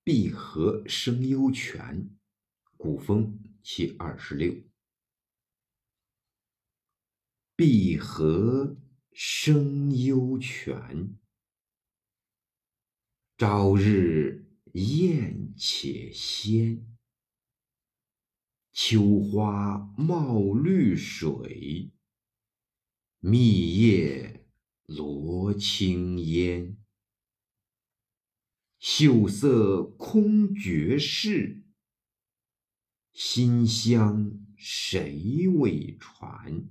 敝河生幽泉，古风其26。敝河生幽泉，朝日艳且鲜。秋花冒绿水，密叶罗青烟。秀色空绝世，馨香谁未传？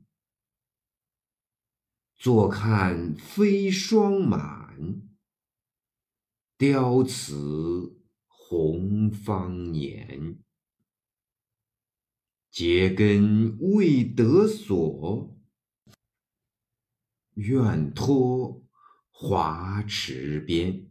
坐看飞霜满，雕此红芳年。秸根未得所，愿托华池边。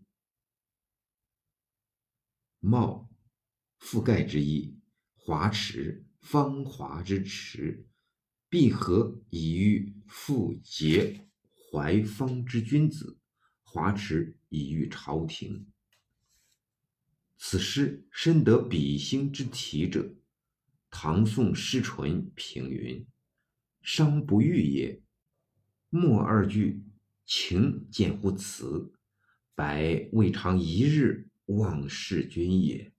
帽，覆盖之意，华池，芳华之池。敝河以喻富节怀芳之君子，华池以喻朝廷。此诗深得比兴之体者。唐宋诗纯评云：伤不欲也，末二句情见乎辞，白未尝一日忘事君也。